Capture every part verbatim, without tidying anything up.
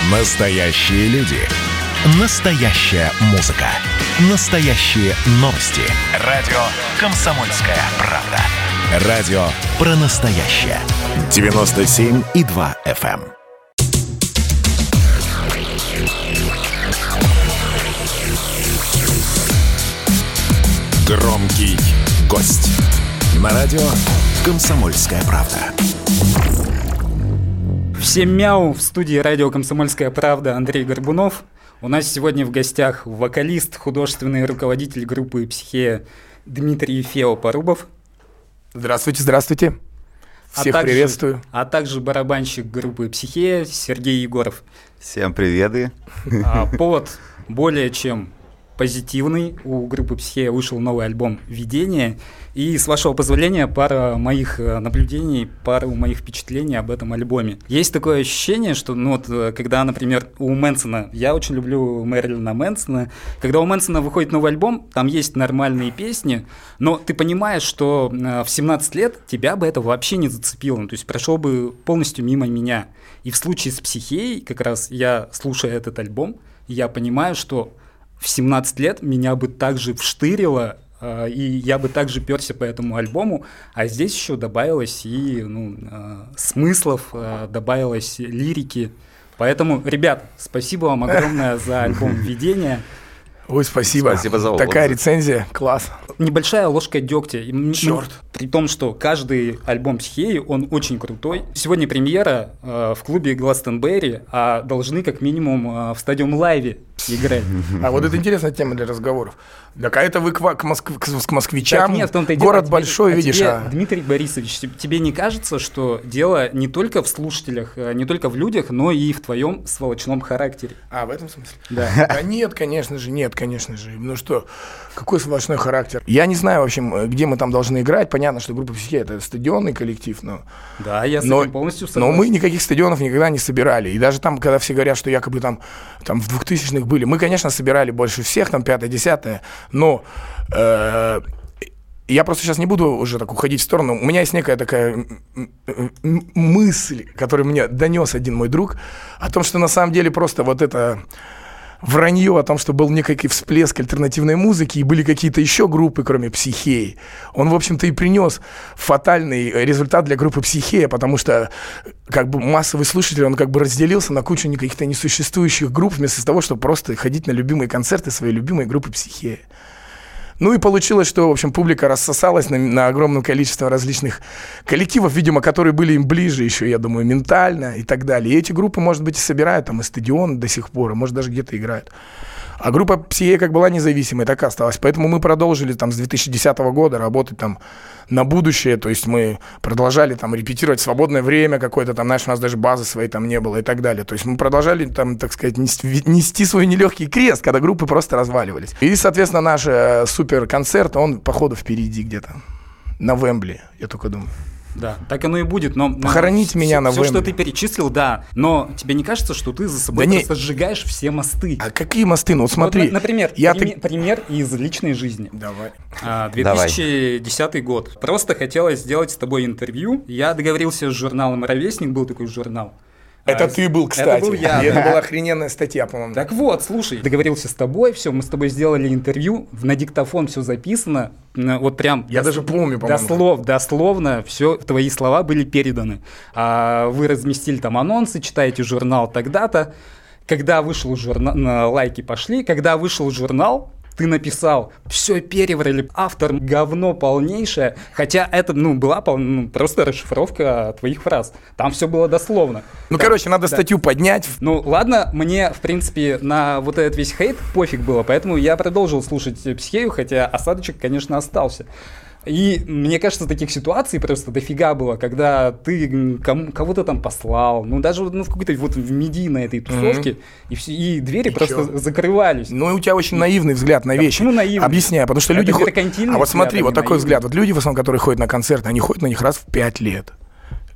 Настоящие люди. Настоящая музыка. Настоящие новости. Радио «Комсомольская правда». Радио про настоящее. девяносто семь и два эф эм. Громкий гость. На радио «Комсомольская правда». Всем мяу, в студии радио «Комсомольская правда» Андрей Горбунов. У нас сегодня в гостях вокалист, художественный руководитель группы «Психея» Дмитрий Фео-Порубов. Здравствуйте, здравствуйте. Всех а также, приветствую. А также барабанщик группы «Психея» Сергей Егоров. Всем привет. А, повод более чем позитивный. У группы «Психея» вышел новый альбом «Видение». И, с вашего позволения, пара моих наблюдений, пару моих впечатлений об этом альбоме. Есть такое ощущение, что, ну вот, когда, например, у Мэнсона, я очень люблю Мэрилина Мэнсона, когда у Мэнсона выходит новый альбом, там есть нормальные песни, но ты понимаешь, что в семнадцать лет тебя бы это вообще не зацепило, то есть прошел бы полностью мимо меня. И в случае с «Психеей», как раз я, слушая этот альбом, я понимаю, что в семнадцать лет меня бы также вштырило, и я бы также перся по этому альбому, а здесь еще добавилось и ну, смыслов, добавилось лирики. Поэтому, ребят, спасибо вам огромное за альбом «Видение». Ой, спасибо. Спасибо за Такая рецензия, класс. Небольшая ложка дегтя. Черт. При том, что каждый альбом «Психеи», он очень крутой. Сегодня премьера э, в клубе Гластонберри, а должны как минимум э, в Стадиум Лайве играть. А вот это интересная тема для разговоров. Так, а это вы к, к, моск... к москвичам, так нет, в том-то и город дело, большой, а видишь. Тебе, а... Дмитрий Борисович, тебе не кажется, что дело не только в слушателях, не только в людях, но и в твоем сволочном характере? А, в этом смысле? Да. Да нет, конечно же, нет, конечно же. Ну что, какой сволочной характер? Я не знаю, в общем, где мы там должны играть. Понятно, что группа «Психея» — это стадионный коллектив, но... Да, я с но, этим полностью согласен. Но мы никаких стадионов никогда не собирали. И даже там, когда все говорят, что якобы там, там в двухтысячных были, мы, конечно, собирали больше всех, там пятое, десятое, но... Э, я просто сейчас не буду уже так уходить в сторону. У меня есть некая такая мысль, которую мне донес один мой друг, о том, что на самом деле просто вот это вранье о том, что был некий всплеск альтернативной музыки и были какие-то еще группы, кроме «Психеи», он, в общем-то, и принес фатальный результат для группы «Психея», потому что как бы массовый слушатель, он как бы разделился на кучу каких-то несуществующих групп, вместо того, чтобы просто ходить на любимые концерты своей любимой группы «Психея». Ну и получилось, что, в общем, публика рассосалась на, на огромное количество различных коллективов, видимо, которые были им ближе еще, я думаю, ментально и так далее. И эти группы, может быть, и собирают там и стадион до сих пор, и, может, даже где-то играют. А группа «Психея» как была независимой, так и осталась. Поэтому мы продолжили там с две тысячи десятого года работать там на будущее. То есть мы продолжали там репетировать в свободное время какое-то там, знаешь, у нас даже базы своей там не было и так далее. То есть мы продолжали там, так сказать, нести, нести свой нелегкий крест, когда группы просто разваливались. И, соответственно, наш э, суперконцерт, он, походу, впереди где-то. На Вембли, я только думаю. Да, так оно и будет, но... Похороните но меня все, на Все, Вембли. что ты перечислил, да, но тебе не кажется, что ты за собой да просто не... сжигаешь все мосты? А какие мосты? Ну вот смотри. Вот, например, я пример, ты... пример из личной жизни. Давай. А, две тысячи десятый год. Просто хотелось сделать с тобой интервью. Я договорился с журналом «Ровесник», был такой журнал. Это а, ты был, кстати. Это был я. И да. это была охрененная статья, по-моему. Так вот, слушай, договорился с тобой, все, мы с тобой сделали интервью, на диктофон все записано, вот прям... Я дос... даже помню, по-моему. Дослов, дословно все, твои слова были переданы. А, вы разместили там анонсы, читаете журнал тогда-то. Когда вышел журнал, лайки пошли, когда вышел журнал, ты написал, все переврали, автор говно полнейшее, хотя это, ну, была пол, ну, просто расшифровка твоих фраз. Там все было дословно. Ну, так, короче, надо да. статью поднять. Ну, ладно, мне, в принципе, на вот этот весь хейт пофиг было, поэтому я продолжил слушать «Психею», хотя осадочек, конечно, остался. И мне кажется, таких ситуаций просто дофига было, когда ты кому, кого-то там послал, ну даже ну, в какой-то вот в медийной этой тусовке, mm-hmm. и, все, и двери и просто чё? закрывались. Ну и у тебя очень наивный взгляд на да вещи. Почему наивный? Объясняю, потому что это люди ходят... А вот смотри, взгляд, вот такой наивный. взгляд. Вот люди, в основном, которые ходят на концерты, они ходят на них раз в пять лет.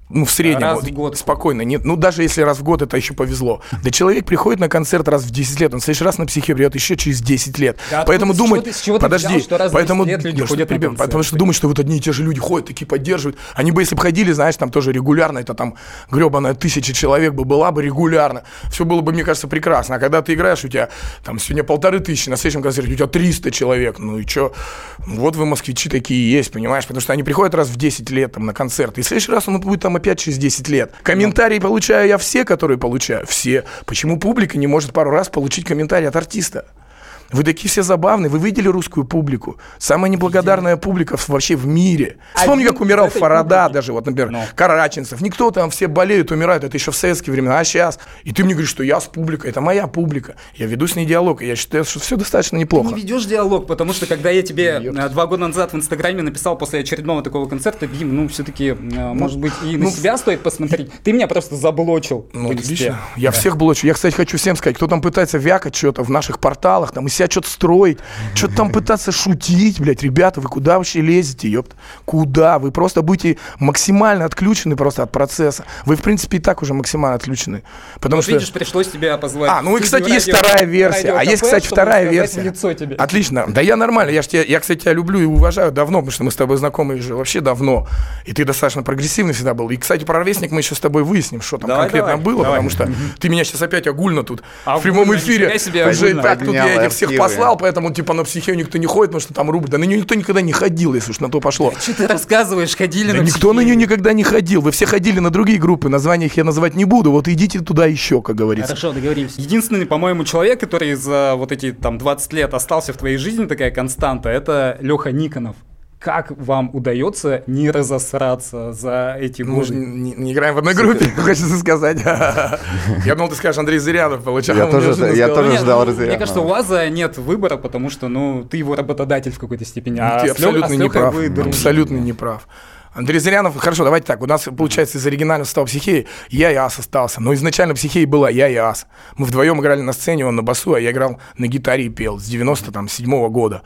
ну, в среднем, раз вот, в год. спокойно, нет, ну, даже если раз в год, это еще повезло. Да человек приходит на концерт раз в десять лет, он в следующий раз на психе придет еще через десять лет. Да, поэтому откуда, думать, с чего ты, с чего подожди, ты взял, что раз в поэтому, десять лет люди ну, ходят на ребят, потому что думают, что вот одни и те же люди ходят, такие поддерживают. Они бы, если бы ходили, знаешь, там тоже регулярно, это там гребаная тысяча человек бы была бы регулярно, все было бы, мне кажется, прекрасно. А когда ты играешь, у тебя там сегодня полторы тысячи, на следующем концерте у тебя триста человек, ну и что? Вот вы, москвичи, такие есть, понимаешь, потому что они приходят раз в десять лет там на концерт, и в следующий раз он будет там опять через десять лет. Комментарии получаю я все, которые получаю, все. Почему публика не может пару раз получить комментарий от артиста? Вы такие все забавные, вы видели русскую публику? Самая неблагодарная публика вообще в мире. Вспомни, как умирал Фарада даже, вот, например, no. Караченцев. Никто там, все болеют, умирают, это еще в советские времена, а сейчас? И ты мне говоришь, что я с публикой, это моя публика. Я веду с ней диалог, и я считаю, что все достаточно неплохо. Ты не ведешь диалог, потому что, когда я тебе Ёпт. два года назад в Инстаграме написал после очередного такого концерта, Дим, ну, все-таки, ну, может быть, и ну, на себя стоит посмотреть. Ты меня просто заблочил. Ну, отлично. Я да. всех блочу. Я, кстати, хочу всем сказать, кто там пытается вякать что-то в наших порталах, там, из себя что-то строить, что-то там пытаться шутить, блядь, ребята, вы куда вообще лезете, ёпт? Куда? Вы просто будете максимально отключены просто от процесса. Вы, в принципе, и так уже максимально отключены. Потому вот что... видишь, пришлось тебя позвать. А, ну и, кстати, есть радио, вторая версия. А есть, кстати, вторая версия. Лицо тебе. Отлично. Да я нормально. Я, ж тебя, я, кстати, тебя люблю и уважаю давно, потому что мы с тобой знакомы уже вообще давно. И ты достаточно прогрессивный всегда был. И, кстати, про ровесник мы еще с тобой выясним, что там давай, конкретно давай, было, давай. Потому что ты меня сейчас опять огульно тут а в прямом эфире уже так тут я этих всех послал, поэтому типа на психею никто не ходит, потому что там рубль. Да на нее никто никогда не ходил, если уж на то пошло. Что ты рассказываешь? Ходили да на никто на нее никогда не ходил. Вы все ходили на другие группы, названия их я называть не буду. Вот идите туда еще, как говорится. Хорошо, договоримся. Единственный, по-моему, человек, который за вот эти там двадцать лет остался в твоей жизни, такая константа, это Леха Никонов. Как вам удается не разосраться за эти годы? Мы же не, не играем в одной группе, хочется сказать. Я думал, ты скажешь, Андрей Зырянов получал. Я тоже ждал Зырянова. Мне кажется, у вас нет выбора, потому что, ну, ты его работодатель в какой-то степени. Ты абсолютно не прав. Абсолютно не прав. Андрей Зырянов, хорошо, давайте так, у нас, получается, из оригинального состава Психеи я и Ас остался, но изначально Психеи была я и Ас. Мы вдвоем играли на сцене, он на басу, а я играл на гитаре и пел с девяносто седьмого года.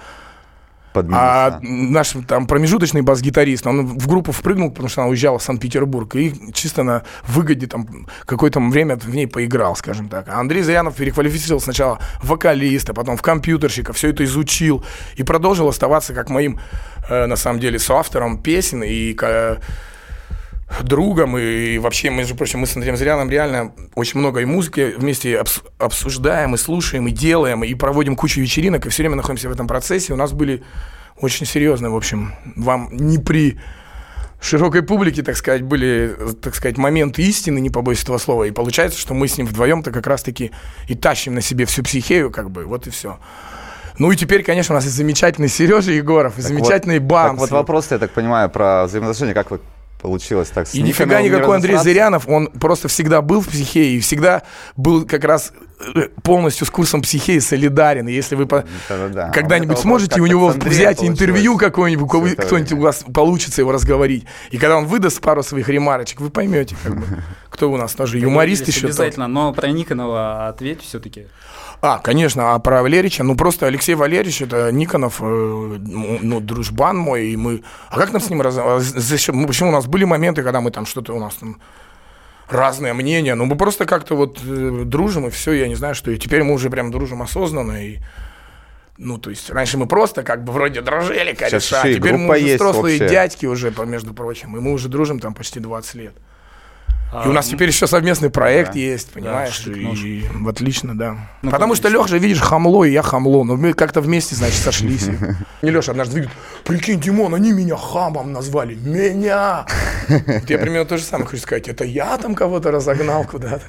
А наш там промежуточный бас-гитарист, он в группу впрыгнул, потому что она уезжала в Санкт-Петербург, и чисто на выгоде там какое-то время в ней поиграл, скажем так. А Андрей Зырянов переквалифицировал сначала в вокалиста, потом в компьютерщика, все это изучил и продолжил оставаться как моим, э, на самом деле, соавтором песен и э, другом, и вообще, между прочим, мы с Андреем Зыряновым реально очень много и музыки вместе обс- обсуждаем, и слушаем, и делаем, и проводим кучу вечеринок, и все время находимся в этом процессе. У нас были очень серьезные, в общем, вам не при широкой публике, так сказать, были, так сказать, моменты истины, не побоюсь этого слова, и получается, что мы с ним вдвоем-то как раз-таки и тащим на себе всю психею, как бы, вот и все. Ну и теперь, конечно, у нас есть замечательный Сережа Егоров, и так замечательный вот, Бамс. Так вот вопрос, я так понимаю, про взаимоотношения, как вы получилось так с И нифига никакой Андрей Зырянов, он просто всегда был в Психее и всегда был как раз полностью с курсом Психеи солидарен. И если вы по... да, когда-нибудь сможете у него взять интервью какое-нибудь, кто-нибудь у вас получится его разговорить, и когда он выдаст пару своих ремарочек, вы поймете, как бы, кто у нас тоже юморист еще. Обязательно, но про Никонова ответь все-таки. А, конечно, а про Валерича, ну просто Алексей Валерьевич, это Никонов, э, ну, дружбан мой, и мы... А как нам с ним раз... Зачем? Почему у нас были моменты, когда мы там что-то у нас там... разные мнения, ну мы просто как-то вот э, дружим, и все, я не знаю, что... И теперь мы уже прям дружим осознанно, и... Ну, то есть, раньше мы просто как бы вроде дружили, кореша, а теперь мы уже взрослые дядьки уже, между прочим, и мы уже дружим там почти двадцать лет. И у нас теперь еще совместный проект да. есть, понимаешь, да, и, и отлично, да. Ну, потому что Леша, видишь, хамло, и я хамло, но мы как-то вместе, значит, сошлись. Не Леша однажды говорит, прикинь, Димон, они меня хамом назвали, меня. Я примерно то же самое хочу сказать, это я там кого-то разогнал куда-то.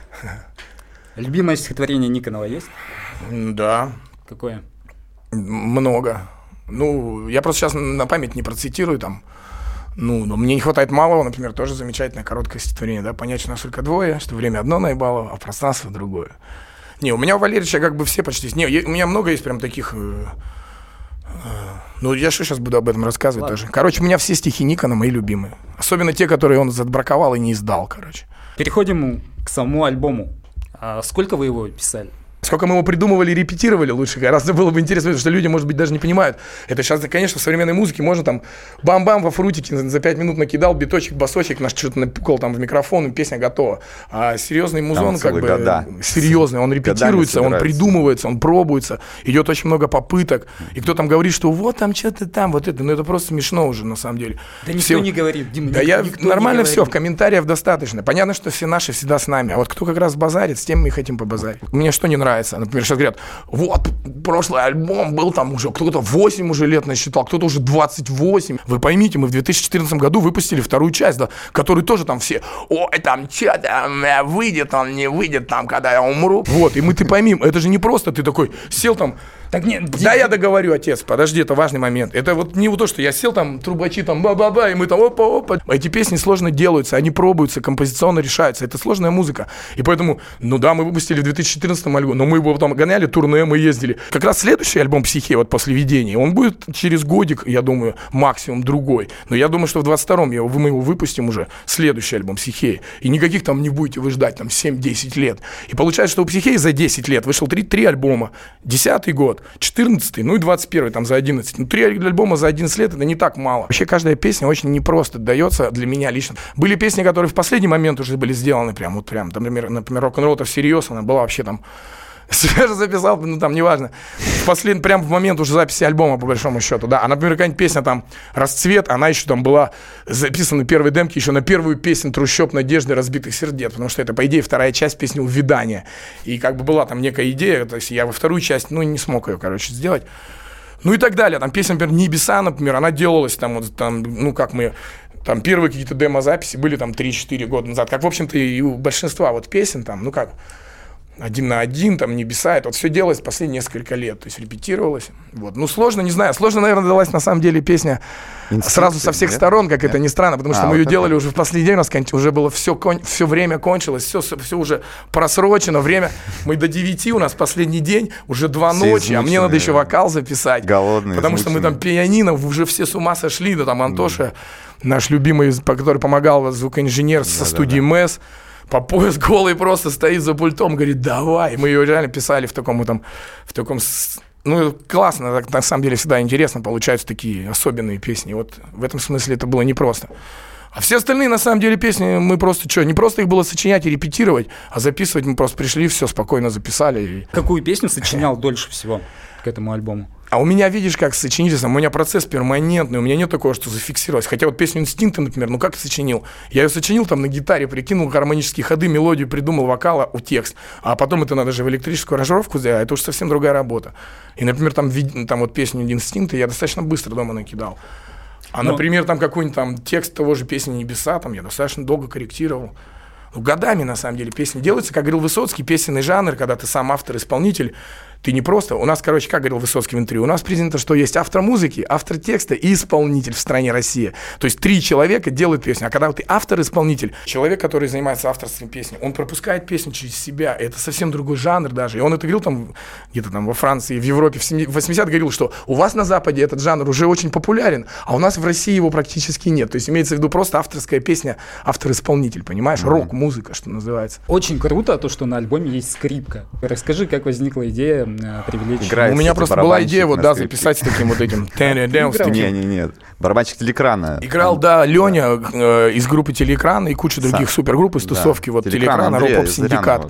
Любимое стихотворение Никонова есть? Да. Какое? Много. Ну, я просто сейчас на память не процитирую там. Ну, но мне не хватает малого, например, тоже замечательное короткое стихотворение, да, понять, что нас только двое, что время одно наебалово, а пространство другое. Не, у меня у Валерича как бы все почти... Не, у меня много есть прям таких... Э, э, ну, я что сейчас буду об этом рассказывать Ладно. тоже. Короче, у меня все стихи Никона мои любимые. Особенно те, которые он отбраковал и не издал, короче. Переходим к самому альбому. А сколько вы его писали? Сколько мы его придумывали, репетировали лучше, гораздо было бы интересно, потому что люди, может быть, даже не понимают. Это сейчас, конечно, в современной музыке можно там бам-бам во фрутике за пять минут накидал, биточек, басочек, наш что-то напукал там в микрофон, и песня готова. А серьезный музон, как бы, года. серьезный, он репетируется, он придумывается, он пробуется, идет очень много попыток. И кто там говорит, что вот там что-то там, вот это, ну это просто смешно уже, на самом деле. Да никто все... не говорит, Дима, Да никто, я никто нормально все, в комментариях достаточно. Понятно, что все наши всегда с нами, а вот кто как раз базарит, с тем мы и хотим побазарить. Мне что не нравится? Например, сейчас говорят, вот, прошлый альбом был там уже, кто-то восемь уже лет насчитал, кто-то уже двадцать восемь. Вы поймите, мы в две тысячи четырнадцатом году выпустили вторую часть, да, которую тоже там все, ой, там, что там, выйдет он, не выйдет там, когда я умру. Вот, и мы, ты пойми, это же не просто ты такой сел там, так нет, да, я договорю, отец, подожди, это важный момент. Это вот не вот то, что я сел там, трубачи там, ба-ба-ба, и мы там, опа-опа. Эти песни сложно делаются, они пробуются, композиционно решаются. Это сложная музыка. И поэтому, ну да, мы выпустили в две тысячи четырнадцатом альбом, но мы его потом гоняли, турне, мы ездили. Как раз следующий альбом «Психея», вот после «Видения», он будет через годик, я думаю, максимум другой. Но я думаю, что в двадцать втором мы его выпустим уже, следующий альбом «Психея». И никаких там не будете вы ждать, там, семь-десять лет. И получается, что у «Психеи» за десять лет вышел три, три альбома. десятый год, четырнадцатый, ну и двадцать первый там за одиннадцать. Ну, три альбома за одиннадцать лет — это не так мало. Вообще каждая песня очень непросто дается для меня лично. Были песни, которые в последний момент уже были сделаны прям, вот прям, например, например «Рок-н-ролл-то всерьез», она была вообще там свежо записал, ну там неважно. В послед... Прям в момент уже записи альбома, по большому счету, да. А, например, какая-нибудь песня там «Расцвет», она еще там была записана в первой демке еще на первую песню «Трущоб надежды разбитых сердец», потому что это, по идее, вторая часть песни «Увядание». И как бы была там некая идея, то есть я во вторую часть, ну, не смог ее, короче, сделать. Ну и так далее. Там песня, например, «Небеса», например, она делалась там, вот, там, ну, как мы... Там первые какие-то демо-записи были там три-четыре года назад, как, в общем-то, и у большинства вот песен там, ну как... Один на один, там, «Небеса», это вот все делалось последние несколько лет, то есть репетировалось. Вот. Ну, сложно, не знаю, сложно, наверное, далась на самом деле песня Инстинкты, сразу со всех нет? сторон, как нет? Это ни странно, потому что а, мы вот ее это... делали уже в последний день, у нас уже было все, кон... все время кончилось, все, все уже просрочено, время, мы до девяти, у нас последний день, уже два все ночи, измученные, а мне надо еще вокал записать. Голодные, потому измученные. Что мы там пианино, уже все с ума сошли, да, там Антоша, mm. наш любимый, который помогал, звукоинженер да, со студии да, да. МЭС, по пояс голый просто стоит за пультом, говорит, давай. Мы ее реально писали в таком, там, в таком, ну, классно, так, на самом деле всегда интересно, получаются такие особенные песни. Вот в этом смысле это было непросто. А все остальные, на самом деле, песни мы просто, что, не просто их было сочинять и репетировать, а записывать мы просто пришли, все спокойно записали. Какую песню сочинял дольше всего к этому альбому? А у меня, видишь, как сочинительство, у меня процесс перманентный, у меня нет такого, что зафиксировалось. Хотя вот песню «Инстинкты», например, ну как сочинил? Я ее сочинил там на гитаре, прикинул гармонические ходы, мелодию, придумал вокала, у текст. А потом это надо же в электрическую аранжировку сделать, это уже совсем другая работа. И, например, там, там вот песню «Инстинкты» я достаточно быстро дома накидал. А, Но... например, там какой-нибудь там текст того же песни «Небеса», там я достаточно долго корректировал. Ну, годами, на самом деле, песни делаются, как говорил Высоцкий, песенный жанр, когда ты сам автор-исполнитель, ты не просто... У нас, короче, как говорил Высоцкий в интервью, у нас принято, что есть автор музыки, автор текста и исполнитель в стране Россия. То есть три человека делают песню. А когда ты автор-исполнитель, человек, который занимается авторством песни, он пропускает песню через себя. Это совсем другой жанр даже. И он это говорил там, где-то там во Франции, в Европе, в восьмидесятых говорил, что у вас на Западе этот жанр уже очень популярен, а у нас в России его практически нет. То есть имеется в виду просто авторская песня, автор-исполнитель, понимаешь? Mm-hmm. Рок-музыка, что называется. Очень круто то, что на альбоме есть скрипка. Расскажи, как возникла идея привлечь. Играет, у меня просто была идея вот, да, записать с таким вот этим. Не, не, нет. Барабанщик Телеэкрана. Играл, да, Леня э, из группы Телеэкрана и куча других супергрупп из тусовки. Вот Телеэкрана, Рок-Поп-Синдикат.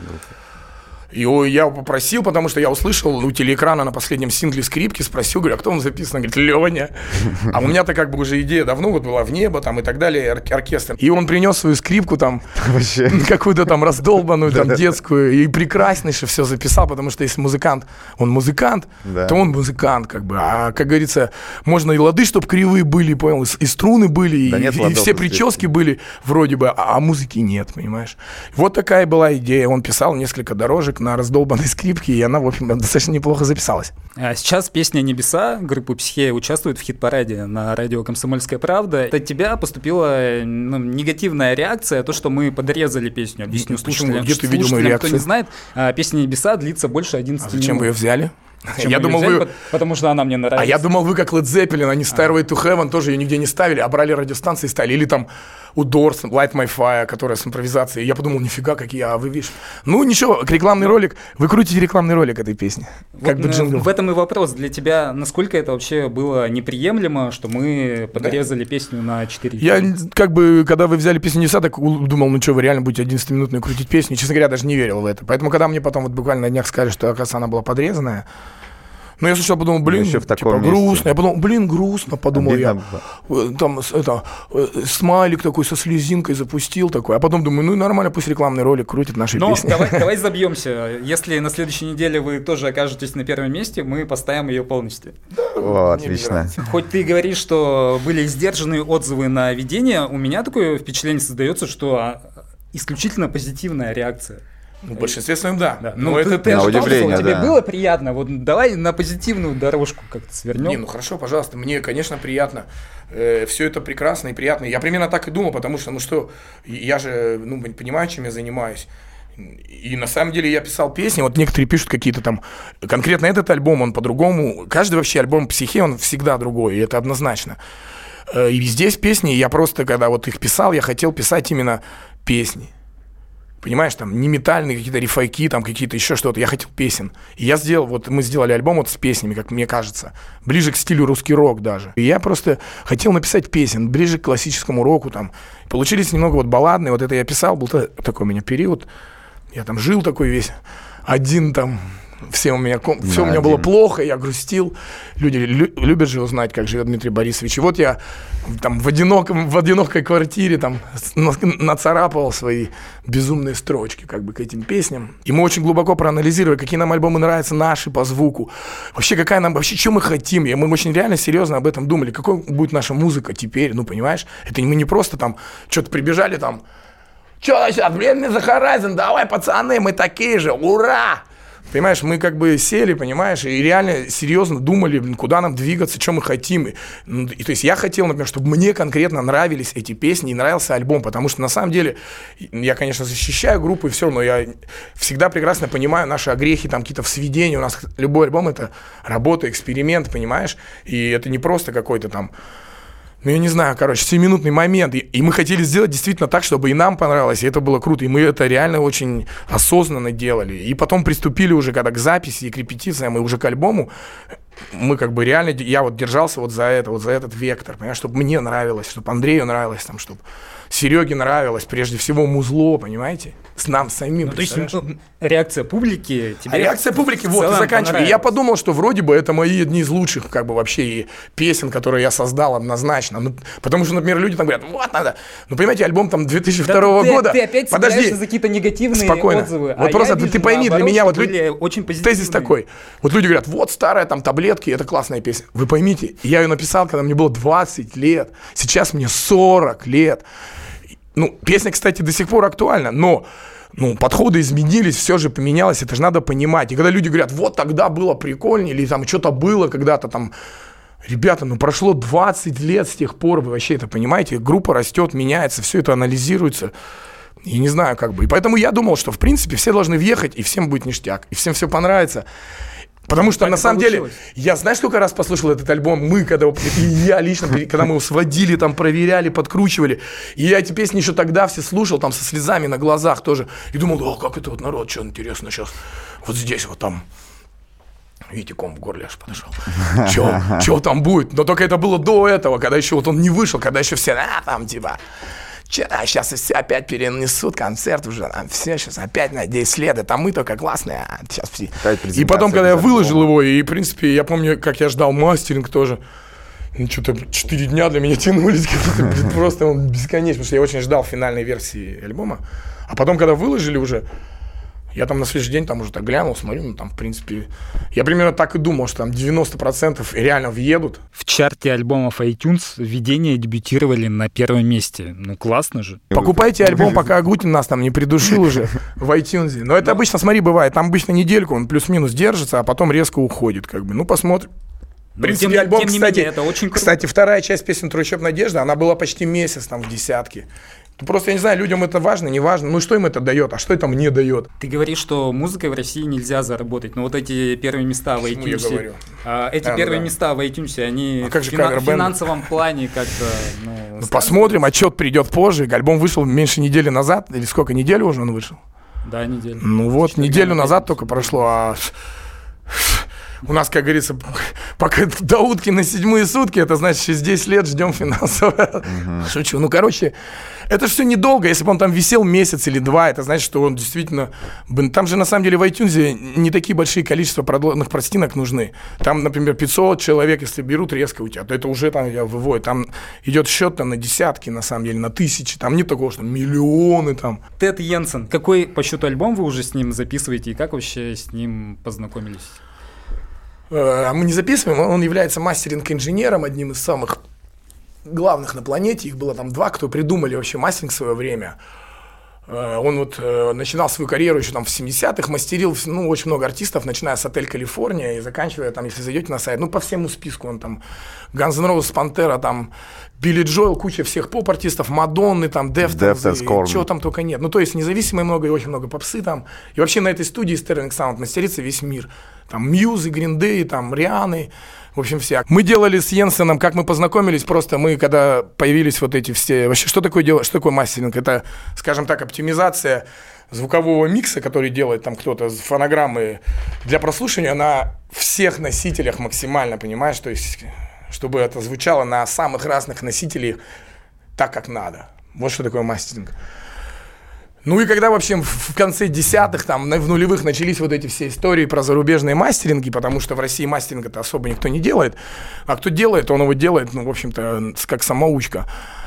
И я попросил, потому что я услышал у Телеэкрана на последнем сингле скрипки, спросил, говорю, а кто он записан? Он говорит, Леня. А у меня-то как бы уже идея давно вот была «В небо» там и так далее, оркестр. И он принес свою скрипку там, какую-то там раздолбанную, там детскую, и прекраснейше все записал, потому что если музыкант, он музыкант, то он музыкант как бы. А, как говорится, можно и лады, чтобы кривые были, понял, и струны были, и все прически были вроде бы, а музыки нет, понимаешь. Вот такая была идея. Он писал несколько дорожек на раздолбанной скрипке, и она, в общем, достаточно неплохо записалась. А сейчас песня «Небеса» группы «Психея» участвует в хит-параде на радио «Комсомольская правда». От тебя поступила ну, негативная реакция, то, что мы подрезали песню. Объясню слушателям, где ты видел мою реакцию? Кто не знает, песня «Небеса» длится больше одиннадцати минут. А зачем вы ее взяли? Зачем я думал, взяли, вы... Потому что она мне нравится. А я думал, вы как Led Zeppelin, они Stairway to Heaven тоже ее нигде не ставили, а брали радиостанции и ставили. Или там у Doors Light My Fire, которая с импровизацией. Я подумал, нифига, какие, а вы видишь. Ну ничего, рекламный ролик, вы крутите рекламный ролик этой песни. Как Вот, бы джингл. в этом и вопрос для тебя, насколько это вообще было неприемлемо, что мы подрезали да. песню на четыре. Я как бы, когда вы взяли песню Неса, так думал, ну что, вы реально будете одиннадцатиминутную крутить песню. Честно говоря, даже не верил в это. Поэтому, когда мне потом вот буквально на днях сказали, что, оказывается, она была подрезанная, ну, я сначала подумал, блин, еще в типа, грустно. Я подумал, блин, грустно, подумал Обидно. я. Там, это, смайлик такой со слезинкой запустил такой. А потом думаю, ну, нормально, пусть рекламный ролик крутит наши Но песни. давай, давай забьемся. Если на следующей неделе вы тоже окажетесь на первом месте, мы поставим ее полностью. О, отлично. Хоть ты говоришь, что были сдержанные отзывы на видение, у меня такое впечатление создается, что исключительно позитивная реакция. Ну, в большинстве своем, да. да. Ну, ты, ты ожидал, что тебе было приятно. Вот давай на позитивную дорожку как-то свернем. Не, ну хорошо, пожалуйста. Мне, конечно, приятно. Э, все это прекрасно и приятно. Я примерно так и думал, потому что, ну что, я же, ну, понимаю, чем я занимаюсь. И на самом деле я писал песни, вот некоторые пишут какие-то там, конкретно этот альбом, он по-другому. Каждый вообще альбом «Психе», он всегда другой, и это однозначно. Э, и здесь песни, я просто, когда вот их писал, я хотел писать именно песни. Понимаешь, там не метальные какие-то рифайки, там какие-то еще что-то. Я хотел песен. И я сделал, вот мы сделали альбом вот с песнями, как мне кажется. Ближе к стилю русский рок даже. И я просто хотел написать песен, ближе к классическому року там. Получились немного вот балладные. Вот это я писал, был такой у меня период. Я там жил такой весь один там. Все у меня, все у меня было плохо, я грустил. Люди лю- любят же узнать, как живет Дмитрий Борисович. И вот я там в, одиноком, в одинокой квартире там нацарапывал свои безумные строчки как бы к этим песням. И мы очень глубоко проанализировали, какие нам альбомы нравятся наши по звуку. Вообще, какая нам, вообще, что мы хотим. И мы очень реально серьезно об этом думали. Какой будет наша музыка теперь, ну, понимаешь? Это мы не просто там что-то прибежали там. Что сейчас, блин, The Horizon, давай, пацаны, мы такие же, ура! Понимаешь, мы как бы сели, понимаешь, и реально серьезно думали, блин, куда нам двигаться, что мы хотим. И, и, то есть я хотел, например, чтобы мне конкретно нравились эти песни и нравился альбом, потому что на самом деле я, конечно, защищаю группу и все, но я всегда прекрасно понимаю наши огрехи, там какие-то в сведении. У нас любой альбом — это работа, эксперимент, понимаешь, и это не просто какой-то там... Ну, я не знаю, короче, семиминутный момент. И, и мы хотели сделать действительно так, чтобы и нам понравилось, и это было круто. И мы это реально очень осознанно делали. И потом приступили уже, когда к записи и к репетициям, и уже к альбому, мы как бы реально, я вот держался вот за это, вот за этот вектор, понимаешь, чтобы мне нравилось, чтобы Андрею нравилось, там, чтобы Сереге нравилось, прежде всего, музло, понимаете? С нам самим. Ну, то есть реакция публики тебе... А реакция публики, вот, и заканчиваю. Я подумал, что вроде бы это мои одни из лучших, как бы, вообще, и песен, которые я создал однозначно. Ну, потому что, например, люди там говорят, вот надо. Ну, понимаете, альбом там две тысячи второго да, года. Ты, ты опять собираешься за какие-то негативные спокойно. отзывы. Вот а просто ты, вижу, ты пойми, наоборот, для меня вот люди... очень позитивные. Тезис такой. Вот люди говорят, вот старая там таблетки, это классная песня. Вы поймите, я ее написал, когда мне было двадцать лет. Сейчас мне сорок лет. Ну, песня, кстати, до сих пор актуальна, но ну, подходы изменились, все же поменялось, это же надо понимать. И когда люди говорят, вот тогда было прикольнее, или там что-то было когда-то там, ребята, ну прошло двадцать лет с тех пор, вы вообще это понимаете, группа растет, меняется, все это анализируется. Я не знаю, как бы. И поэтому я думал, что, в принципе, все должны въехать, и всем будет ништяк, и всем все понравится. Потому что, так на самом получилось. деле, я, знаешь, сколько раз послушал этот альбом, мы, когда, и я лично, когда мы его сводили, там, проверяли, подкручивали, и я эти песни еще тогда все слушал, там, со слезами на глазах тоже, и думал, о, как это вот народ, что интересно сейчас, вот здесь вот там, видите, ком в горле аж подошел, что там будет, но только это было до этого, когда еще вот он не вышел, когда еще все, а, там, типа... А сейчас все опять перенесут концерт уже, а все сейчас опять, надеюсь, следует, а мы только классные, а сейчас все. И потом, когда я выложил его, и, в принципе, я помню, как я ждал мастеринг тоже, ну, что-то четыре дня для меня тянулись, какие-то, просто он бесконечный, потому что я очень ждал финальной версии альбома. А потом, когда выложили уже, я там на следующий день там уже так глянул, смотрю, ну там, в принципе, я примерно так и думал, что там девяносто процентов реально въедут. В чарте альбомов iTunes «Видение» дебютировали на первом месте. Ну, классно же. Покупайте альбом, пока Агутин нас там не придушил уже в iTunes. Но это обычно, смотри, бывает, там обычно недельку он плюс-минус держится, а потом резко уходит, как бы. Ну, посмотрим. В принципе, альбом, кстати, это очень круто. Кстати, вторая часть песен «Трущоб Надежда», она была почти месяц там в десятке. Просто, я не знаю, людям это важно, не важно. Ну, что им это дает, а что это мне дает? Ты говоришь, что музыкой в России нельзя заработать, но вот эти первые места в Почему я iTunes, говорю? а, эти А, первые ну да. места в iTunes, они А как же в, фина- в кавер-бенды? финансовом плане как-то... Ну, Ну, сказываются. посмотрим, отчет придет позже. Альбом вышел меньше недели назад, или сколько, неделю уже он вышел? Да, неделю. Ну вот, Четыре неделю дня назад пятницу. только прошло, а у нас, как говорится, пока до утки на седьмые сутки, это значит, через десять лет ждем финансового. Шучу. Ну, короче, это же все недолго. Если бы он там висел месяц или два, это значит, что он действительно... блин, там же, на самом деле, в iTunes не такие большие количества продленных пластинок нужны. Там, например, пятьсот человек, если берут резко у тебя, то это уже там я выводит. Там идет счет на десятки, на самом деле, на тысячи. Там нет такого, что миллионы там. Тед Йенсен, какой по счету альбом вы уже с ним записываете и как вообще с ним познакомились? А мы не записываем, он является мастеринг-инженером, одним из самых главных на планете. Их было там два, кто придумали вообще мастеринг в свое время. Он вот начинал свою карьеру еще там в семидесятых, мастерил, ну, очень много артистов, начиная с «Отель Калифорния» и заканчивая там, если зайдете на сайт, ну, по всему списку, он там Guns N' Roses, Пантера, там, Билли Джоэл, куча всех поп-артистов, Мадонны, там, Дефтонс, чего там только нет. Ну, то есть независимые много и очень много попсы там. И вообще на этой студии Sterling Sound мастерится весь мир. Там Мьюзы, Green Day, там, Рианы, в общем, вся. Мы делали с Йенсеном, как мы познакомились, просто мы, когда появились вот эти все... Вообще, что такое дело, что такое мастеринг? Это, скажем так, оптимизация звукового микса, который делает там кто-то, фонограммы для прослушивания на всех носителях максимально, понимаешь? То есть, чтобы это звучало на самых разных носителях так, как надо. Вот что такое мастеринг. Ну и когда вообще в конце десятых, там, в нулевых начались вот эти все истории про зарубежные мастеринги, потому что в России мастеринга-то особо никто не делает, а кто делает, он его делает, ну, в общем-то, как самоучка.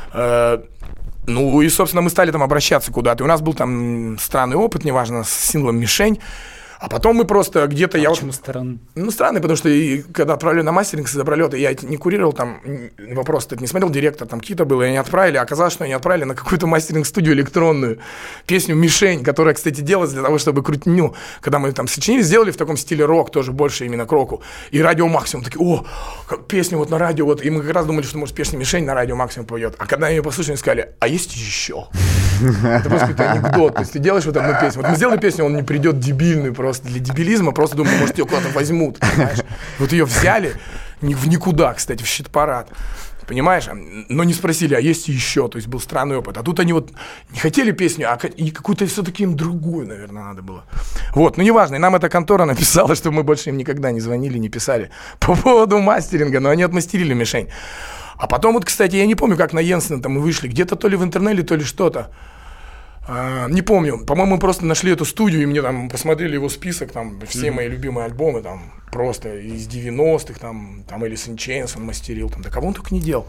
Ну и, собственно, мы стали там обращаться куда-то. И у нас был там странный опыт, неважно, с синглом «Мишень». А потом мы просто где-то... А я почему вот, странный? Ну, странный, потому что и, когда отправляли на мастеринг с пролета, я не курировал там, вопрос, не смотрел, директор там какие-то было, и они отправили, а оказалось, что они отправили на какую-то мастеринг-студию электронную песню «Мишень», которая, кстати, делалась для того, чтобы крутить, ну, когда мы там сочинили, сделали в таком стиле рок, тоже больше именно к року, и «Радио Максимум», такие, о, как песня вот на радио, вот, и мы как раз думали, что, может, песня «Мишень» на «Радио Максимум» пойдет, а когда ее послушали, они сказали, а есть еще? Это просто какой-то анекдот, то есть ты делаешь вот одну песню, вот мы сделали песню, он не придет дебильный просто, для дебилизма, просто думаю, может, ее куда-то возьмут, понимаешь? Вот ее взяли в никуда, кстати, в щит-парад, понимаешь? Но не спросили, а есть еще, то есть был странный опыт. А тут они вот не хотели песню, а и какую-то все-таки им другую, наверное, надо было. Вот, ну неважно, и нам эта контора написала, что мы больше им никогда не звонили, не писали по поводу мастеринга, но они отмастерили «Мишень». А потом вот, кстати, я не помню, как на Йенсена там мы вышли, где-то то ли в интернете, то ли что-то. А, не помню, по-моему, мы просто нашли эту студию, и мне там посмотрели его список, там, все mm-hmm. мои любимые альбомы, там, просто из девяностых, там, там, Alice in Chains он мастерил, там, да кого он только не делал.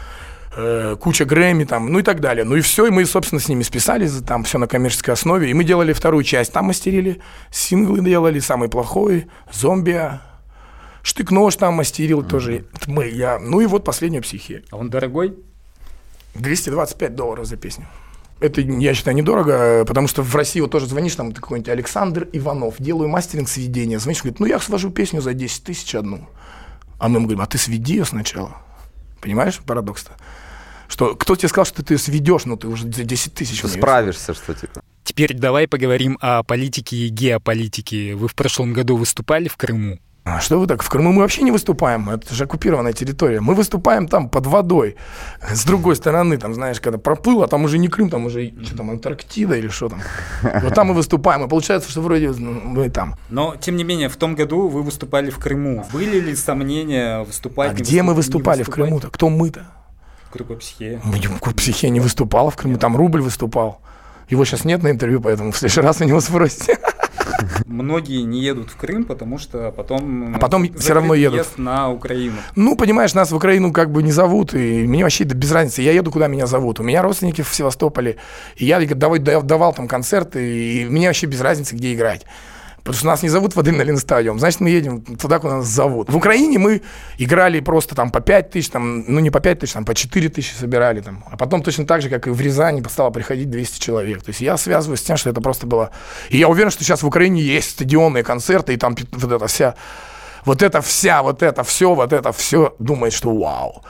Э, куча Грэмми, там, ну и так далее. Ну и все, и мы, собственно, с ними списались, там, все на коммерческой основе, и мы делали вторую часть, там мастерили, синглы делали, «Самый плохой», «Зомбия», «Штык-нож» там мастерил mm-hmm. тоже, это мы, я, ну и вот «Последняя психия». А он дорогой? двести двадцать пять долларов за песню. Это, я считаю, недорого, потому что в России вот тоже звонишь, там какой-нибудь Александр Иванов, делаю мастеринг сведения, звонишь, говорит, ну я свожу песню за десять тысяч одну. А мы ему говорим, а ты сведи ее сначала. Понимаешь парадокс-то? Что, кто тебе сказал, что ты ее сведешь, ну ты уже за десять тысяч. Справишься, что типа. Теперь давай поговорим о политике и геополитике. Вы в прошлом году выступали в Крыму? А что вы так? В Крыму мы вообще не выступаем, это же оккупированная территория. Мы выступаем там под водой, с другой стороны, там, знаешь, когда проплыл, а там уже не Крым, там уже, что там, Антарктида или что там. Вот там мы выступаем, и получается, что вроде мы там. Но, тем не менее, в том году вы выступали в Крыму. Были ли сомнения выступать? А где мы выступали в Крыму-то? Кто мы-то? Группа «Психея». Группа «Психея» не выступала в Крыму, там Рубль выступал. Его сейчас нет на интервью, поэтому в следующий раз у него спросите. Многие не едут в Крым, потому что потом... А потом все равно едут. На Украину. Ну, понимаешь, нас в Украину как бы не зовут, и мне вообще без разницы. Я еду, куда меня зовут. У меня родственники в Севастополе, и я давай, давал там концерты, и мне вообще без разницы, где играть. Потому что нас не зовут в Адреналин стадиум, значит, мы едем туда, куда нас зовут. В Украине мы играли просто там по пять тысяч, там, ну не по пять тысяч, там по четыре тысячи собирали. Там. А потом точно так же, как и в Рязани, стало приходить двести человек. То есть я связываюсь с тем, что это просто было... И я уверен, что сейчас в Украине есть стадионные концерты, и там вот эта вся... Вот это вся, вот это все, вот это все думает, что вау.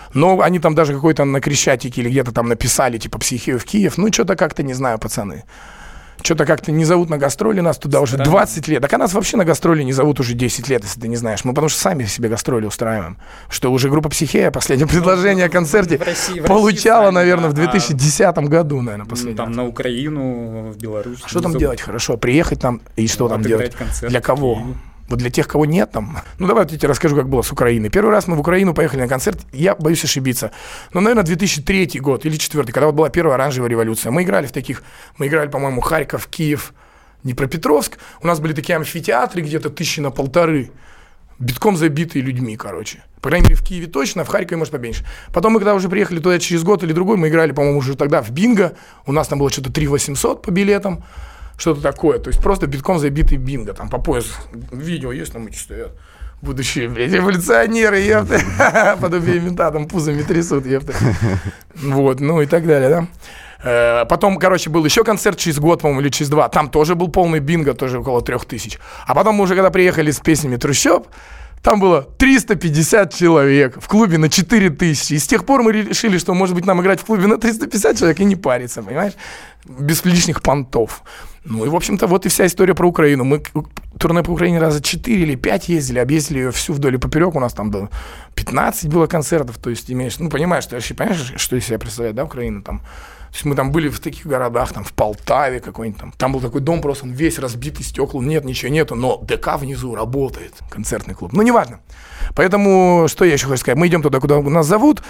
Но они там даже какой-то на Крещатике или где-то там написали, типа, «Психею в Киев». Ну, что-то как-то, не знаю, пацаны. Что-то как-то не зовут на гастроли нас туда уже двадцать лет. Так а нас вообще на гастроли не зовут уже десять лет, если ты не знаешь. Мы потому что сами себе гастроли устраиваем. Что уже группа «Психея» последнее предложение о концерте в России, в получала, России, наверное, в две тысячи десятом году, наверное, последний. Там на Украину, в Беларусь. А что там делать? Хорошо, приехать там и что ну, там делать? Для кого? Вот для тех, кого нет там. Ну, давай я тебе расскажу, как было с Украиной. Первый раз мы в Украину поехали на концерт, я боюсь ошибиться. Но, наверное, две тысячи третий год или две тысячи четвёртый, когда вот была первая оранжевая революция. Мы играли в таких, мы играли, по-моему, Харьков, Киев, Днепропетровск. У нас были такие амфитеатры где-то тысячи на полторы, битком забитые людьми, короче. По крайней мере, в Киеве точно, в Харькове, может, поменьше. Потом мы, когда уже приехали туда через год или другой, мы играли, по-моему, уже тогда в бинго. У нас там было что-то три тысячи восемьсот по билетам. Что-то такое, то есть просто битком забитый бинго, там по пояс, видео есть, там эти стоят, будущие, блядь, эволюционеры, ёпта, подобие мента, там пузами трясут, ёпта, вот, ну и так далее, да. Потом, короче, был еще концерт через год, по-моему, или через два, там тоже был полный бинго, тоже около трех тысяч, а потом мы уже, когда приехали с песнями «Трущоб», там было триста пятьдесят человек в клубе на четыре тысячи. И с тех пор мы решили, что, может быть, нам играть в клубе на триста пятьдесят человек и не париться, понимаешь? Без лишних понтов. Ну и, в общем-то, вот и вся история про Украину. Мы турне по Украине раза четыре или пять ездили, объездили ее всю вдоль и поперек. У нас там было пятнадцать было концертов. То есть, имеешь, ну, понимаешь, ты вообще понимаешь, что из себя представляет, да, Украина там? То есть мы там были в таких городах, там в Полтаве какой-нибудь там. Там был такой дом просто, он весь разбитый, стекла, нет, ничего нету, но ДК внизу работает, концертный клуб. Ну, неважно. Поэтому, что я еще хочу сказать, мы идем туда, куда нас зовут.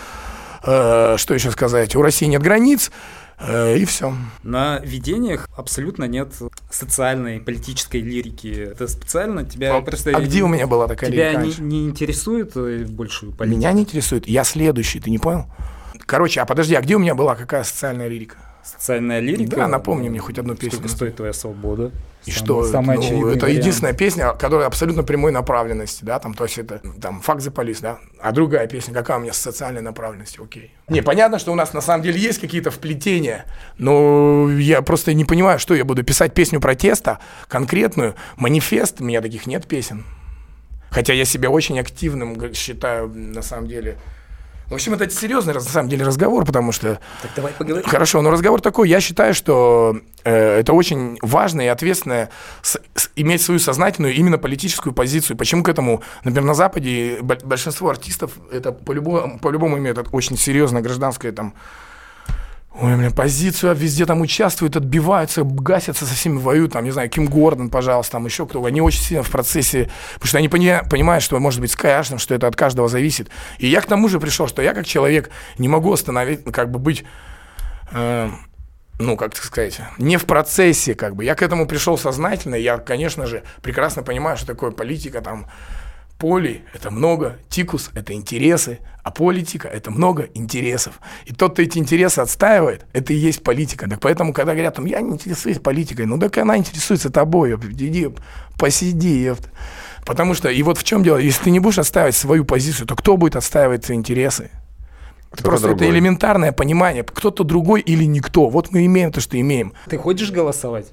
Э, что еще сказать? У России нет границ. И все. На видениях абсолютно нет социальной, политической лирики. Это специально тебя а, просто... А где у меня была такая тебя лирика? Тебя не, не интересует большую политику? Меня не интересует. Я следующий, ты не понял? Короче, а подожди, а где у меня была какая социальная лирика? Социальная лирика? Да, напомни мне хоть одну песню. Сколько стоит твоя свобода? И Сам, что? Самая ну, это вариант. Единственная песня, которая абсолютно прямой направленности, да, там, то есть это, там, «Fuck the police», да, а другая песня, какая у меня с социальной направленностью, окей. Не, понятно, что у нас на самом деле есть какие-то вплетения, но я просто не понимаю, что я буду писать песню протеста, конкретную, манифест, у меня таких нет песен. Хотя я себя очень активным считаю, на самом деле. В общем, это серьезный, на самом деле, разговор, потому что... Так давай поговорим. Хорошо, но разговор такой. Я считаю, что э, это очень важно и ответственно с, с, иметь свою сознательную именно политическую позицию. Почему к этому, например, на Западе большинство артистов это по-любому, по-любому имеют очень серьезное гражданское там... Ой, блин, позицию, везде там участвуют, отбиваются, гасятся, со всеми воюют, там, не знаю, Ким Гордон, пожалуйста, там еще кто-то. Они очень сильно в процессе, потому что они пони- понимают, что может быть с каждым, что это от каждого зависит. И я к тому же пришел, что я как человек не могу остановить, как бы быть, э, ну, как сказать, не в процессе, как бы. Я к этому пришел сознательно, я, конечно же, прекрасно понимаю, что такое политика, там, поли – это много, тикус – это интересы, а политика – это много интересов. И тот, кто эти интересы отстаивает, это и есть политика. Так поэтому, когда говорят, там, я не интересуюсь политикой, ну так она интересуется тобой, ёп, иди посиди, ёп. Потому что, и вот в чем дело, если ты не будешь отстаивать свою позицию, то кто будет отстаивать твои интересы? Это просто другой. Это элементарное понимание, кто-то другой или никто. Вот мы имеем то, что имеем. Ты хочешь голосовать?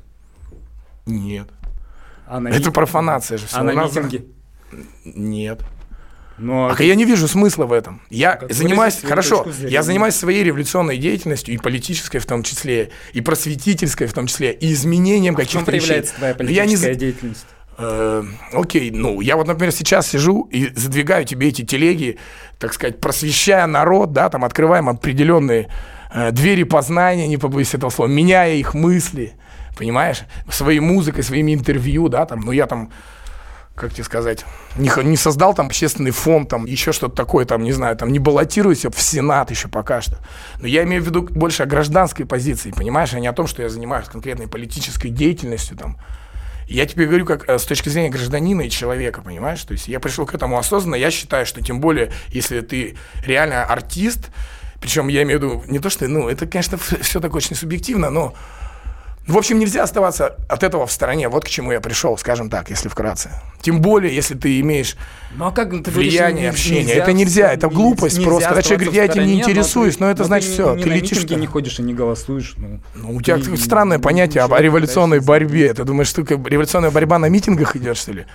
Нет. А на это митинг... профанация же. А на нас... митинге? Нет. Но... А я не вижу смысла в этом. Я как занимаюсь, хорошо, я занимаюсь своей революционной деятельностью, и политической в том числе, и просветительской в том числе, и изменением каких-то вещей. В чем проявляется твоя политическая не... деятельность? Э, окей, ну, я вот, например, сейчас сижу и задвигаю тебе эти телеги, так сказать, просвещая народ, да, там, открываем определенные э, двери познания, не побоюсь этого слова, меняя их мысли, понимаешь, своей музыкой, своими интервью, да, там, ну, я там... как тебе сказать, не, не создал там общественный фонд, там, еще что-то такое, там, не знаю, там, не баллотируюсь в Сенат еще пока что. Но я имею в виду больше о гражданской позиции, понимаешь, а не о том, что я занимаюсь конкретной политической деятельностью, там. Я тебе говорю как с точки зрения гражданина и человека, понимаешь? То есть я пришел к этому осознанно, я считаю, что тем более, если ты реально артист, причем я имею в виду не то, что, ну, это, конечно, все так очень субъективно, но в общем, нельзя оставаться от этого в стороне. Вот к чему я пришел, скажем так, если вкратце. Тем более, если ты имеешь ну, а как ты влияние, говоришь, общение. нельзя, это нельзя, это глупость просто. Когда человек говорит, я этим не интересуюсь, но, но это но значит ты все, не, ты не летишь. Ты не ходишь и не голосуешь. Ну, ну у тебя ты, странное понятие об революционной борьбе. Ты думаешь, что революционная борьба на митингах идет, что ли?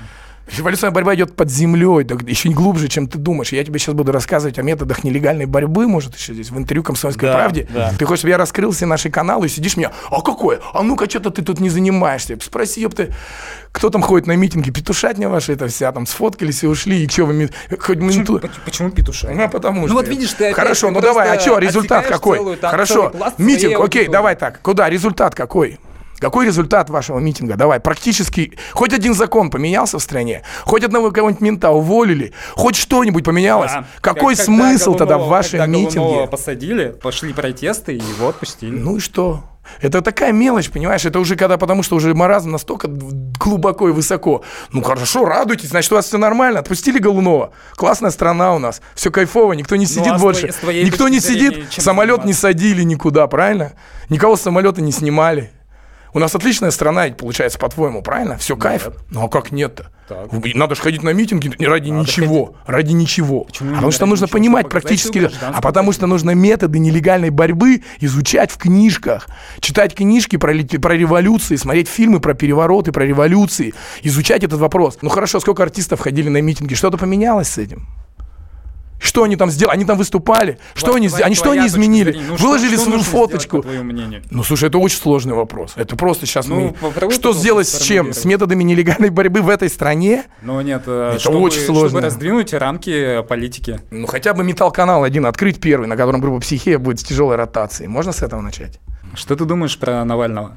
Революционная борьба идет под землей, да, еще не глубже, чем ты думаешь. Я тебе сейчас буду рассказывать о методах нелегальной борьбы, может, еще здесь, в интервью «Комсомольской Да, правде». да. Ты хочешь, чтобы я раскрыл все наши каналы, и сидишь меня, а какое? А ну-ка, что-то ты тут не занимаешься. Спроси, ёпты, кто там ходит на митинги? Петушатня ваша это вся, там, сфоткались и ушли, и что вы, ми- хоть минуту... Почему, почему петушатня? А потому Ну что... вот видишь, ты опять- Хорошо, ты ну давай, а просто что, результат отсекаешь какой? целую, там, Хорошо, целый пласт своей митинг, окей, аудитории. давай так. Куда, результат какой? Какой результат вашего митинга? Давай, практически, хоть один закон поменялся в стране, хоть одного кого-нибудь мента уволили, хоть что-нибудь поменялось. Да. Какой Когда смысл тогда в Голунова- вашем когда Голунова митинге? посадили, пошли протесты, и вот пустили. Ну и что? Это такая мелочь, понимаешь? Это уже когда, потому что уже маразм настолько глубоко и высоко. Ну хорошо, радуйтесь, значит, у вас все нормально. Отпустили Голунова. Классная страна у нас. Все кайфово, никто не сидит а с больше. твоей- с твоей Никто точки не зрения, сидит, чем самолет не заниматься? садили никуда, правильно? Никого с самолета не снимали. У нас отличная страна, получается, по-твоему, правильно? Все кайф? Ну а как нет-то? Так. Надо же ходить на митинги не ради Надо ничего. Ради ничего. Почему А не потому что ради нужно ничего? понимать Чтобы показать практически... свою гражданскую А потому что нужно методы нелегальной борьбы изучать в книжках. Читать книжки про, лит- про революции, смотреть фильмы про перевороты, про революции. Изучать этот вопрос. Ну хорошо, сколько артистов ходили на митинги? Что-то поменялось с этим? Что они там сделали? Они там выступали. Что они, Твоя- они что твоя они точка изменили? зрения. Ну, что- Выложили что свою нужно сделать, фоточку. по твоему мнению? Ну, слушай, это очень сложный вопрос. Это просто сейчас Ну, мы... попробуй Что просто сделать с чем? сформулировать. С методами нелегальной борьбы в этой стране? Ну нет, э, Это чтобы, очень сложно. чтобы раздвинуть рамки политики. Ну, хотя бы металл-канал один открыть первый, на котором группа «Психея» будет с тяжелой ротацией. Можно с этого начать? Что ты думаешь про Навального?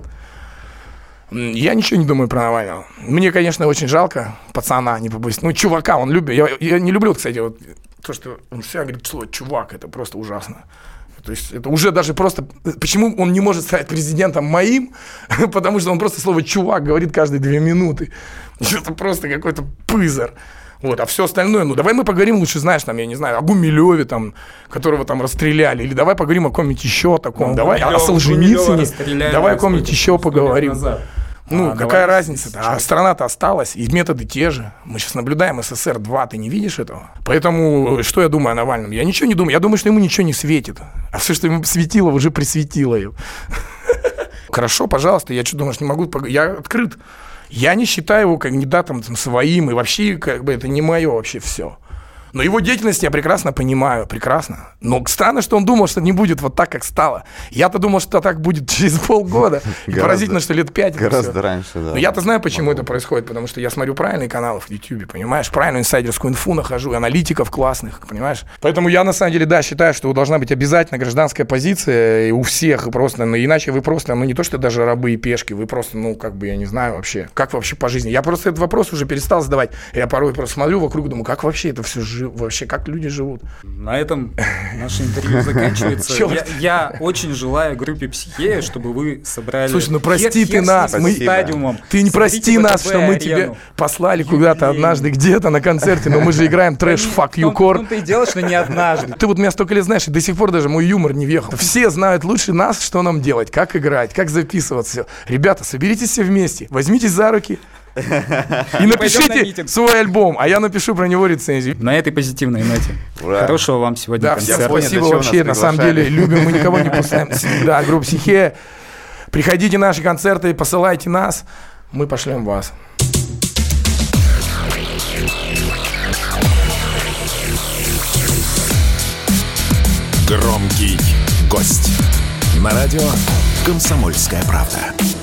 М, Я ничего не думаю про Навального. Мне, конечно, очень жалко пацана, не побоюсь. Ну, чувака, он любит. Я, я не люблю, кстати, вот то, что он всегда говорит слово «чувак», это просто ужасно. То есть это уже даже просто... Почему он не может стать президентом моим? Потому что он просто слово «чувак» говорит каждые две минуты. Это просто какой-то пызар. Вот, а все остальное, ну давай мы поговорим лучше, знаешь, там, я не знаю, о Гумилеве, там, которого там расстреляли, или давай поговорим о ком-нибудь еще таком, Ну, давай Гумилёва- о Солженицыне, Гумилёва расстреляли давай о ком-нибудь сколько? еще Сто лет поговорим. назад. Ну, А, какая давай разница-то? А сейчас. страна-то осталась, и методы те же. Мы сейчас наблюдаем эс эс эр два, ты не видишь этого? Поэтому, что я думаю о Навальном? Я ничего не думаю, я думаю, что ему ничего не светит. А все, что ему светило, уже присветило его. Хорошо, пожалуйста, я что думаешь, не могу... пог- Я открыт. Я не считаю его кандидатом там, своим, и вообще, как бы, это не мое вообще все. Но его деятельность я прекрасно понимаю, прекрасно. Но странно, что он думал, что не будет вот так, как стало. Я-то думал, что так будет через полгода. И Гораздо- поразительно, что лет пять. это Гораздо всё. раньше, да. Но я-то знаю, почему это происходит, потому что я смотрю правильные каналы в Ютьюбе, понимаешь? Правильную инсайдерскую инфу нахожу, и аналитиков классных, понимаешь? Поэтому я, на самом деле, да, считаю, что должна быть обязательно гражданская позиция и у всех, и просто, ну, иначе вы просто, ну, не то, что даже рабы и пешки, вы просто, ну, как бы, я не знаю вообще, как вообще по жизни. Я просто этот вопрос уже перестал задавать. Я порой просто смотрю вокруг, думаю, как вообще это все живо, вообще, как люди живут. На этом наше интервью заканчивается. Чёрт. Я, я очень желаю группе «Психея», чтобы вы собрали... Слушай, ну прости всех- ты всех нас, с мы- стадиумом. Ты не Смотрите прости нас, ВТБ что мы тебе арену. послали куда-то Юбилейный. однажды где-то на концерте, но мы же играем трэш В fuck you том- в core. том-то и дело, что не однажды. Ты вот меня столько лет знаешь, и до сих пор даже мой юмор не въехал. Все знают лучше нас, что нам делать, как играть, как записываться. Ребята, соберитесь все вместе, возьмитесь за руки и на напишите митинг. свой альбом, а я напишу про него рецензию. На этой позитивной ноте. Ура. Хорошего вам сегодня Да, всем концерта. понял, спасибо для чего вообще, нас на самом деле, приглашали. любим, мы никого не пускаем. Да, группа «Психея». Приходите на наши концерты, посылайте нас, мы пошлем вас. Громкий гость. На радио «Комсомольская правда».